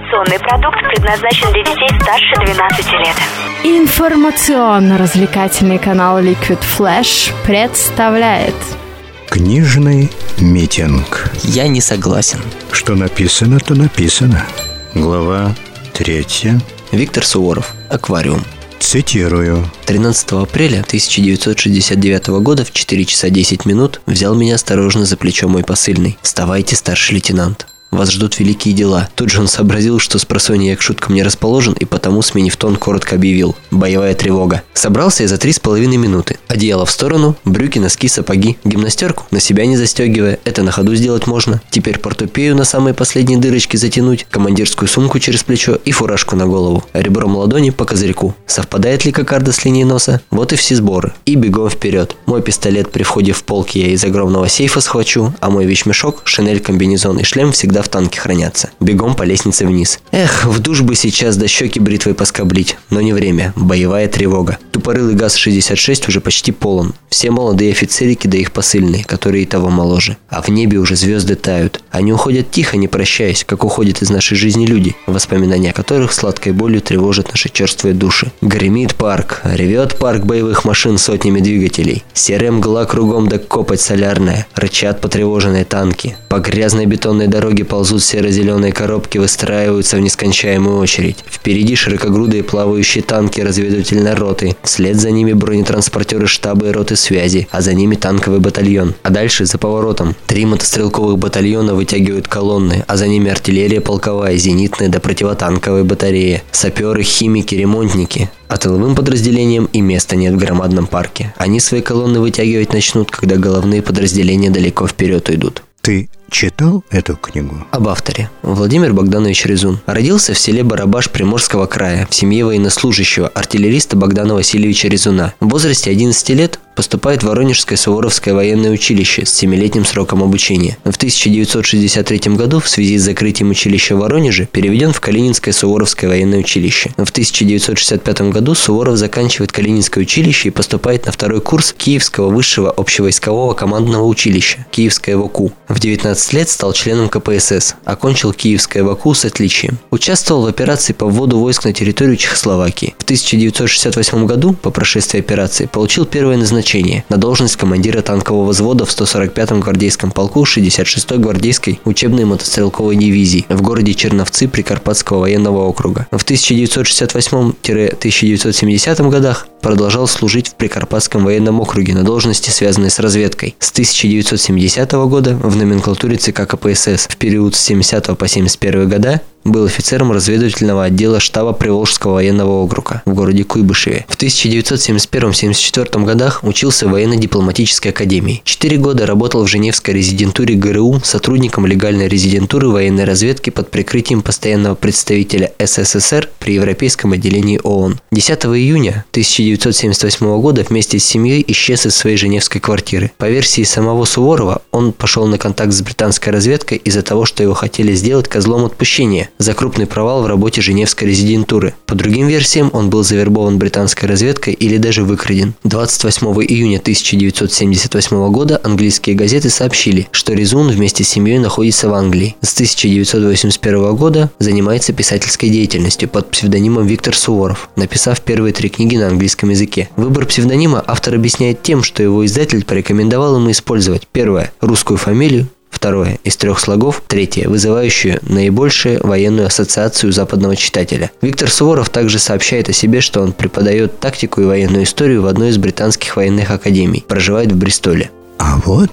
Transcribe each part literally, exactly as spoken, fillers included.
Информационный продукт предназначен для детей старше двенадцати лет. Информационно-развлекательный канал Liquid Flash представляет книжный митинг. Я не согласен. Что написано, то написано. Глава третья. Виктор Суворов. Аквариум. Цитирую. тринадцатого апреля тысяча девятьсот шестьдесят девятого года в четыре часа десять минут взял меня осторожно за плечо мой посыльный. «Вставайте, старший лейтенант. Вас ждут великие дела». Тут же он сообразил, что спросонья я к шуткам не расположен, и потому, сменив тон, коротко объявил: «Боевая тревога». Собрался я за три с половиной минуты. Одеяло в сторону, брюки, носки, сапоги, гимнастерку на себя не застегивая. Это на ходу сделать можно. Теперь портупею на самые последние дырочки затянуть, командирскую сумку через плечо и фуражку на голову. Ребром ладони по козырьку. Совпадает ли кокарда с линией носа? Вот и все сборы. И бегом вперед. Мой пистолет при входе в полк я из огромного сейфа схвачу, а мой вещмешок, шинель, комбинезон и шлем всегда в танке хранятся. Бегом по лестнице вниз. Эх, в душ бы сейчас до щеки бритвой поскоблить, но не время. Боевая тревога. Тупорылый ГАЗ шестьдесят шесть уже почти полон. Все молодые офицерики да их посыльные, которые и того моложе. А в небе уже звезды тают. Они уходят тихо, не прощаясь, как уходят из нашей жизни люди, воспоминания о которых сладкой болью тревожат наши черствые души. Гремит парк, ревет парк боевых машин сотнями двигателей. Серая мгла кругом да копоть солярная. Рычат потревоженные танки. По грязной бетонной дороге ползут серо-зеленые коробки, выстраиваются в нескончаемую очередь. Впереди широкогрудые плавающие танки разведывательной роты. Вслед за ними бронетранспортеры штаба и роты связи, а за ними танковый батальон. А дальше, за поворотом, три мотострелковых батальона вытягивают колонны, а за ними артиллерия полковая, зенитная да противотанковая батарея, саперы, химики, ремонтники. А тыловым подразделениям и места нет в громадном парке. Они свои колонны вытягивать начнут, когда головные подразделения далеко вперед уйдут. Ты читал эту книгу? Об авторе. Владимир Богданович Резун. Родился в селе Барабаш Приморского края, в семье военнослужащего, артиллериста Богдана Васильевича Резуна. В возрасте одиннадцати лет поступает в Воронежское Суворовское военное училище с семилетним сроком обучения. В тысяча девятьсот шестьдесят третьем году в связи с закрытием училища в Воронеже переведен в Калининское Суворовское военное училище. В тысяча девятьсот шестьдесят пятом году Суворов заканчивает Калининское училище и поступает на второй курс Киевского высшего общевойскового командного училища, Киевское ВОКУ. В девятнадцать лет стал членом ка пэ эс эс, окончил Киевское ВОКУ с отличием. Участвовал в операции по вводу войск на территорию Чехословакии. В тысяча девятьсот шестьдесят восьмом году, по прошествии операции, получил первое назначение на должность командира танкового взвода в сто сорок пятом гвардейском полку шестьдесят шестой гвардейской учебной мотострелковой дивизии в городе Черновцы Прикарпатского военного округа. В тысяча девятьсот шестьдесят восьмом — тысяча девятьсот семидесятом годах продолжал служить в Прикарпатском военном округе на должности, связанной с разведкой. С тысяча девятьсот семидесятого года в номенклатуре ЦК ка пэ эс эс. В период с семидесятого по семьдесят первый года был офицером разведывательного отдела штаба Приволжского военного округа в городе Куйбышеве. В тысяча девятьсот семьдесят первом — семьдесят четвёртом годах учился в военно-дипломатической академии. Четыре года работал в Женевской резидентуре гэ эр у сотрудником легальной резидентуры военной разведки под прикрытием постоянного представителя эс эс эс эр при Европейском отделении ООН. десятого июня тысяча девятьсот семьдесят восьмого года вместе с семьей исчез из своей женевской квартиры. По версии самого Суворова, он пошел на контакт с британской разведкой из-за того, что его хотели сделать козлом отпущения за крупный провал в работе Женевской резидентуры. По другим версиям, он был завербован британской разведкой или даже выкраден. двадцать восьмого июня тысяча девятьсот семьдесят восьмого года английские газеты сообщили, что Резун вместе с семьей находится в Англии. С тысяча девятьсот восемьдесят первого года занимается писательской деятельностью под псевдонимом Виктор Суворов, написав первые три книги на английском языке. Выбор псевдонима автор объясняет тем, что его издатель порекомендовал ему использовать: первое – русскую фамилию, второе – из трех слогов, третье – вызывающую наибольшую военную ассоциацию западного читателя. Виктор Суворов также сообщает о себе, что он преподает тактику и военную историю в одной из британских военных академий, проживает в Бристоле. А вот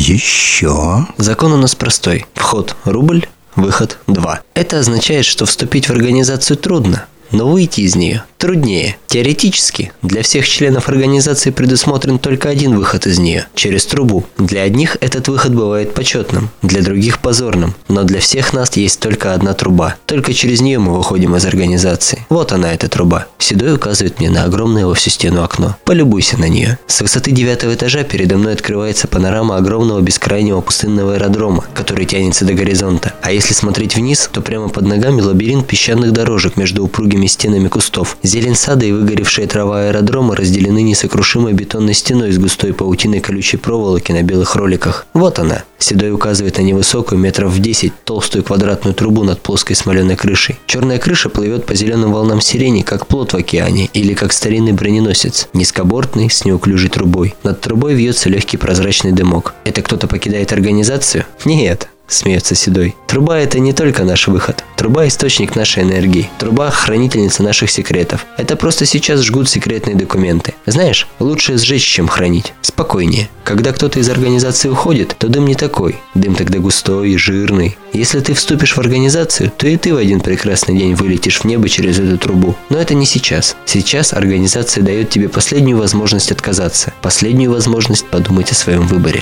еще... Закон у нас простой. Вход – рубль, выход – два. Это означает, что вступить в организацию трудно, но выйти из нее труднее. Теоретически, для всех членов организации предусмотрен только один выход из нее – через трубу. Для одних этот выход бывает почетным, для других – позорным. Но для всех нас есть только одна труба. Только через нее мы выходим из организации. Вот она, эта труба. Седой указывает мне на огромное во всю стену окно. Полюбуйся на нее. С высоты девятого этажа передо мной открывается панорама огромного бескрайнего пустынного аэродрома, который тянется до горизонта. А если смотреть вниз, то прямо под ногами лабиринт песчаных дорожек между упругими высокими стенами кустов. Зелень сада и выгоревшая трава аэродрома разделены несокрушимой бетонной стеной с густой паутиной колючей проволоки на белых роликах. Вот она. Седой указывает на невысокую, метров в десять, толстую квадратную трубу над плоской смоленой крышей. Черная крыша плывет по зеленым волнам сирени, как плот в океане, или как старинный броненосец, низкобортный, с неуклюжей трубой. Над трубой вьется легкий прозрачный дымок. Это кто-то покидает организацию? Нет. Смеется Седой. Труба – это не только наш выход. Труба – источник нашей энергии. Труба – хранительница наших секретов. Это просто сейчас жгут секретные документы. Знаешь, лучше сжечь, чем хранить. Спокойнее. Когда кто-то из организации уходит, то дым не такой. Дым тогда густой и жирный. Если ты вступишь в организацию, то и ты в один прекрасный день вылетишь в небо через эту трубу. Но это не сейчас. Сейчас организация дает тебе последнюю возможность отказаться. Последнюю возможность подумать о своем выборе.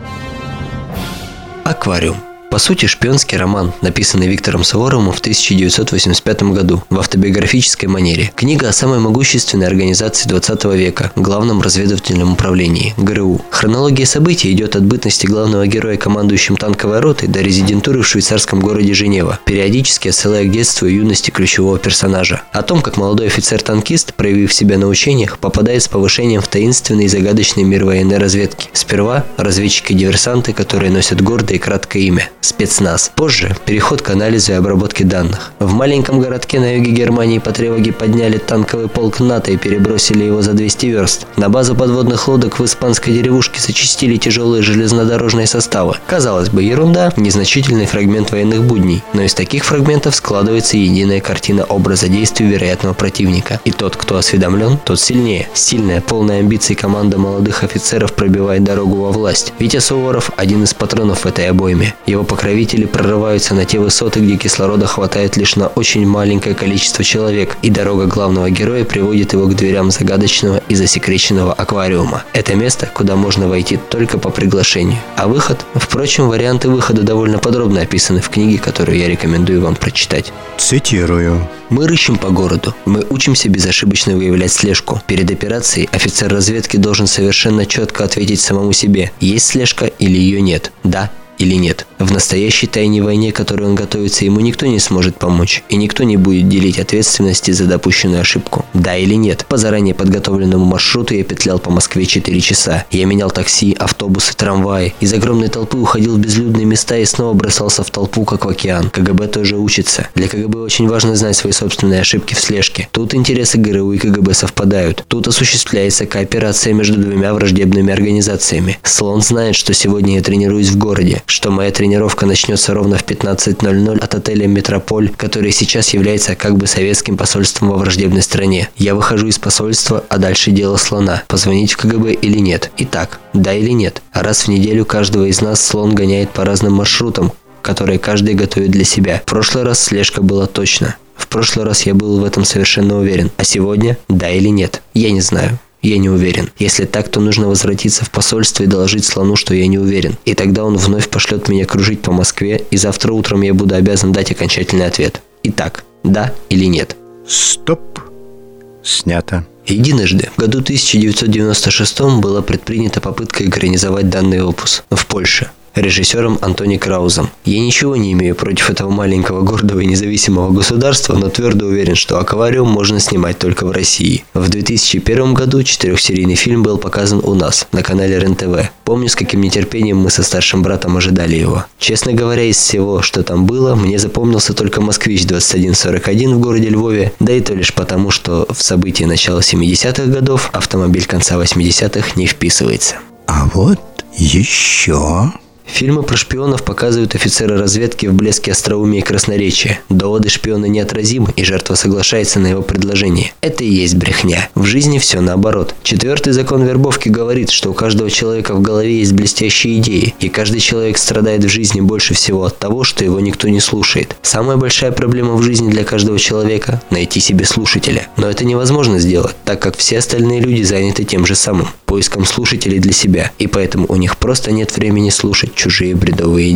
Аквариум. По сути, шпионский роман, написанный Виктором Суворовым в тысяча девятьсот восемьдесят пятом году в автобиографической манере. Книга о самой могущественной организации двадцатого века, Главном разведывательном управлении, ГРУ. Хронология событий идет от бытности главного героя командующим танковой ротой до резидентуры в швейцарском городе Женева, периодически отсылая к детству и юности ключевого персонажа. О том, как молодой офицер-танкист, проявив себя на учениях, попадает с повышением в таинственный и загадочный мир военной разведки. Сперва разведчики-диверсанты, которые носят гордое и краткое имя – спецназ. Позже переход к анализу и обработке данных. В маленьком городке на юге Германии по тревоге подняли танковый полк НАТО и перебросили его за двести верст. На базу подводных лодок в испанской деревушке зачистили тяжелые железнодорожные составы. Казалось бы, ерунда, незначительный фрагмент военных будней, но из таких фрагментов складывается единая картина образа действий вероятного противника. И тот, кто осведомлен, тот сильнее. Сильная, полная амбиций команда молодых офицеров пробивает дорогу во власть. Витя Суворов – один из патронов в этой обойме. Его покровители прорываются на те высоты, где кислорода хватает лишь на очень маленькое количество человек, и дорога главного героя приводит его к дверям загадочного и засекреченного аквариума. Это место, куда можно войти только по приглашению. А выход? Впрочем, варианты выхода довольно подробно описаны в книге, которую я рекомендую вам прочитать. Цитирую. Мы рыщем по городу. Мы учимся безошибочно выявлять слежку. Перед операцией офицер разведки должен совершенно четко ответить самому себе, есть слежка или ее нет, да или нет. В настоящей тайной войне, которой он готовится, ему никто не сможет помочь, и никто не будет делить ответственности за допущенную ошибку. Да или нет. По заранее подготовленному маршруту я петлял по Москве четыре часа. Я менял такси, автобусы, трамваи. Из огромной толпы уходил в безлюдные места и снова бросался в толпу, как в океан. КГБ тоже учится. Для КГБ очень важно знать свои собственные ошибки в слежке. Тут интересы ГРУ и КГБ совпадают. Тут осуществляется кооперация между двумя враждебными организациями. Слон знает, что сегодня я тренируюсь в городе, что моя тренировка начнется ровно в пятнадцать ноль ноль от отеля «Метрополь», который сейчас является как бы советским посольством во враждебной стране. Я выхожу из посольства, а дальше дело слона. Позвонить в КГБ или нет? Итак, да или нет? А раз в неделю каждого из нас слон гоняет по разным маршрутам, которые каждый готовит для себя. В прошлый раз слежка была точно. В прошлый раз я был в этом совершенно уверен. А сегодня да или нет? Я не знаю. Я не уверен. Если так, то нужно возвратиться в посольство и доложить слону, что я не уверен. И тогда он вновь пошлет меня кружить по Москве, и завтра утром я буду обязан дать окончательный ответ. Итак, да или нет? Стоп. Снято. Единожды, в году тысяча девятьсот девяносто шестом, была предпринята попытка экранизовать данный опус в Польше режиссером Антони Краузом. Я ничего не имею против этого маленького, гордого и независимого государства, но твердо уверен, что «Аквариум» можно снимать только в России. В две тысячи первом году четырехсерийный фильм был показан у нас, на канале РЕН-ТВ. Помню, с каким нетерпением мы со старшим братом ожидали его. Честно говоря, из всего, что там было, мне запомнился только «Москвич» двадцать один сорок один в городе Львове, да и то лишь потому, что в события начала семидесятых годов автомобиль конца восьмидесятых не вписывается. А вот еще... Фильмы про шпионов показывают офицера разведки в блеске остроумия и красноречия. Доводы шпиона неотразимы, и жертва соглашается на его предложение. Это и есть брехня. В жизни все наоборот. Четвертый закон вербовки говорит, что у каждого человека в голове есть блестящие идеи, и каждый человек страдает в жизни больше всего от того, что его никто не слушает. Самая большая проблема в жизни для каждого человека – найти себе слушателя. Но это невозможно сделать, так как все остальные люди заняты тем же самым – поиском слушателей для себя, и поэтому у них просто нет времени слушать чужие бредовые идеи.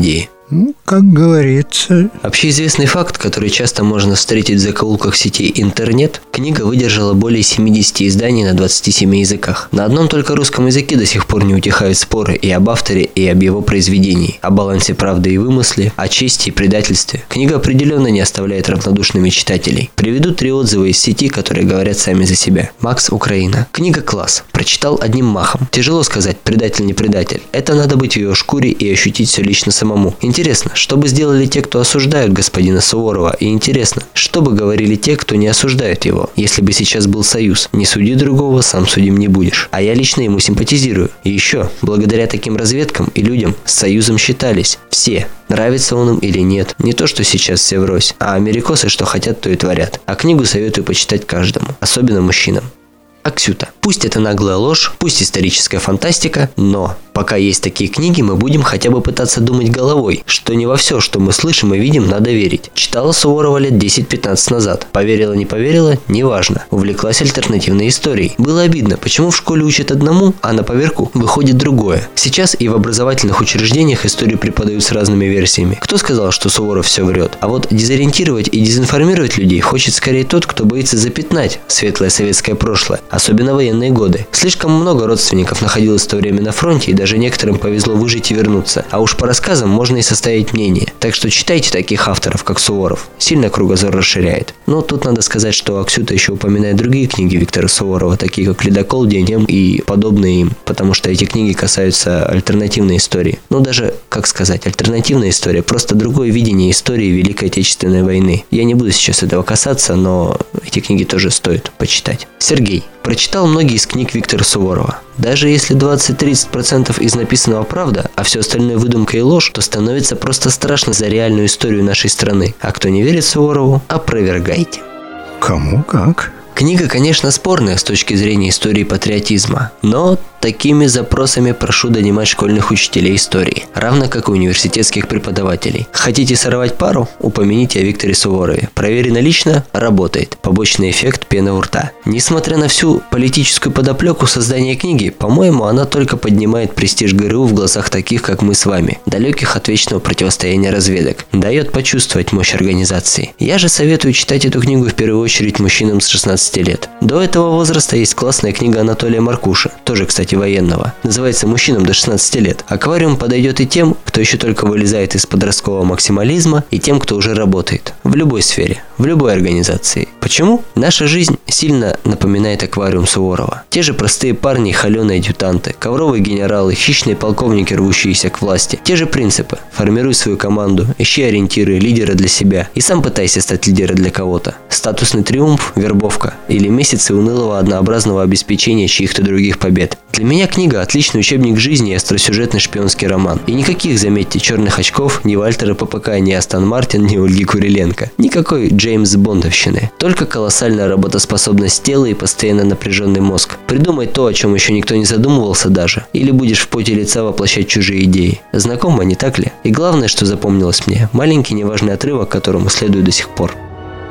Ну, как говорится. Общеизвестный факт, который часто можно встретить в закоулках сети интернет, книга выдержала более семидесяти изданий на двадцати семи языках. На одном только русском языке до сих пор не утихают споры и об авторе, и об его произведении, о балансе правды и вымысле, о чести и предательстве. Книга определенно не оставляет равнодушными читателей. Приведу три отзыва из сети, которые говорят сами за себя. Макс, Украина. Книга класс. Прочитал одним махом. Тяжело сказать, предатель не предатель. Это надо быть в ее шкуре и ощутить все лично самому. Интересно, что бы сделали те, кто осуждают господина Суворова, и интересно, что бы говорили те, кто не осуждают его, если бы сейчас был союз. Не суди другого, сам судим не будешь. А я лично ему симпатизирую. И еще, благодаря таким разведкам и людям с союзом считались все. Нравится он им или нет. Не то, что сейчас все врозь, а америкосы, что хотят, то и творят. А книгу советую почитать каждому, особенно мужчинам. Аксюта. Пусть это наглая ложь, пусть историческая фантастика, но пока есть такие книги, мы будем хотя бы пытаться думать головой, что не во все, что мы слышим и видим, надо верить. Читала Суворова лет десять-пятнадцать назад. Поверила, не поверила, неважно. Увлеклась альтернативной историей. Было обидно, почему в школе учат одному, а на поверку выходит другое. Сейчас и в образовательных учреждениях историю преподают с разными версиями. Кто сказал, что Суворов все врет? А вот дезориентировать и дезинформировать людей хочет скорее тот, кто боится запятнать светлое советское прошлое. Особенно военные годы. Слишком много родственников находилось в то время на фронте, и даже некоторым повезло выжить и вернуться. А уж по рассказам можно и составить мнение. Так что читайте таких авторов, как Суворов. Сильно кругозор расширяет. Но тут надо сказать, что Аксюта еще упоминает другие книги Виктора Суворова, такие как «Ледокол», «День М» и подобные им, потому что эти книги касаются альтернативной истории. Ну даже, как сказать, альтернативная история, просто другое видение истории Великой Отечественной войны. Я не буду сейчас этого касаться, но эти книги тоже стоит почитать. Сергей. Прочитал многие из книг Виктора Суворова. Даже если двадцать-тридцать процентов из написанного правда, а все остальное выдумка и ложь, то становится просто страшно за реальную историю нашей страны. А кто не верит Суворову, опровергайте. Кому как? Книга, конечно, спорная с точки зрения истории патриотизма, но такими запросами прошу донимать школьных учителей истории, равно как и университетских преподавателей. Хотите сорвать пару? Упомяните о Викторе Суворове. Проверено лично? Работает. Побочный эффект – пена у рта. Несмотря на всю политическую подоплеку создания книги, по-моему, она только поднимает престиж ГРУ в глазах таких, как мы с вами, далеких от вечного противостояния разведок. Дает почувствовать мощь организации. Я же советую читать эту книгу в первую очередь мужчинам с шестнадцати лет. До этого возраста есть классная книга Анатолия Маркуши, тоже, кстати, военного. Называется «Мужчинам до шестнадцати лет». Аквариум подойдет и тем, кто еще только вылезает из подросткового максимализма, и тем, кто уже работает. В любой сфере, в любой организации. Почему? Наша жизнь сильно напоминает аквариум Суворова. Те же простые парни и холеные адъютанты, ковровые генералы, хищные полковники, рвущиеся к власти. Те же принципы. Формируй свою команду, ищи ориентиры, лидера для себя. И сам пытайся стать лидером для кого-то. Статусный триумф, вербовка. Или месяцы унылого однообразного обеспечения чьих-то других побед. Для меня книга – отличный учебник жизни и остросюжетный шпионский роман. И никаких, заметьте, черных очков ни Вальтера ППК, ни Астон Мартин, ни Ольги Куриленко. Никакой Джеймс Бондовщины. Только колоссальная работоспособность тела и постоянно напряженный мозг. Придумай то, о чем еще никто не задумывался даже. Или будешь в поте лица воплощать чужие идеи. Знакомо, не так ли? И главное, что запомнилось мне – маленький неважный отрывок, которому следую до сих пор.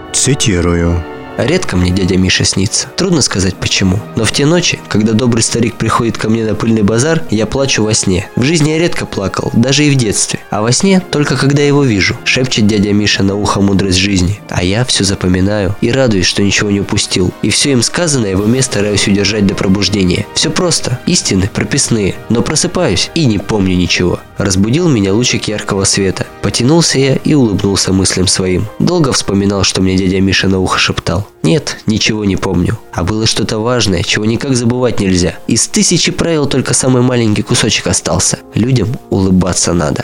Цитирую. Редко мне дядя Миша снится. Трудно сказать почему. Но в те ночи, когда добрый старик приходит ко мне на пыльный базар, я плачу во сне. В жизни я редко плакал, даже и в детстве. А во сне только когда его вижу. Шепчет дядя Миша на ухо мудрость жизни. А я все запоминаю и радуюсь, что ничего не упустил. И все им сказанное в уме стараюсь удержать до пробуждения. Все просто. Истины прописные. Но просыпаюсь и не помню ничего. Разбудил меня лучик яркого света. Потянулся я и улыбнулся мыслям своим. Долго вспоминал, что мне дядя Миша на ухо шептал. Нет, ничего не помню. А было что-то важное, чего никак забывать нельзя. Из тысячи правил только самый маленький кусочек остался. Людям улыбаться надо.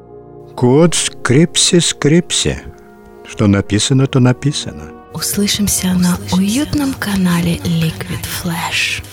Кот скрипси-скрипси. Что написано, то написано. Услышимся на уютном канале Liquid Flash.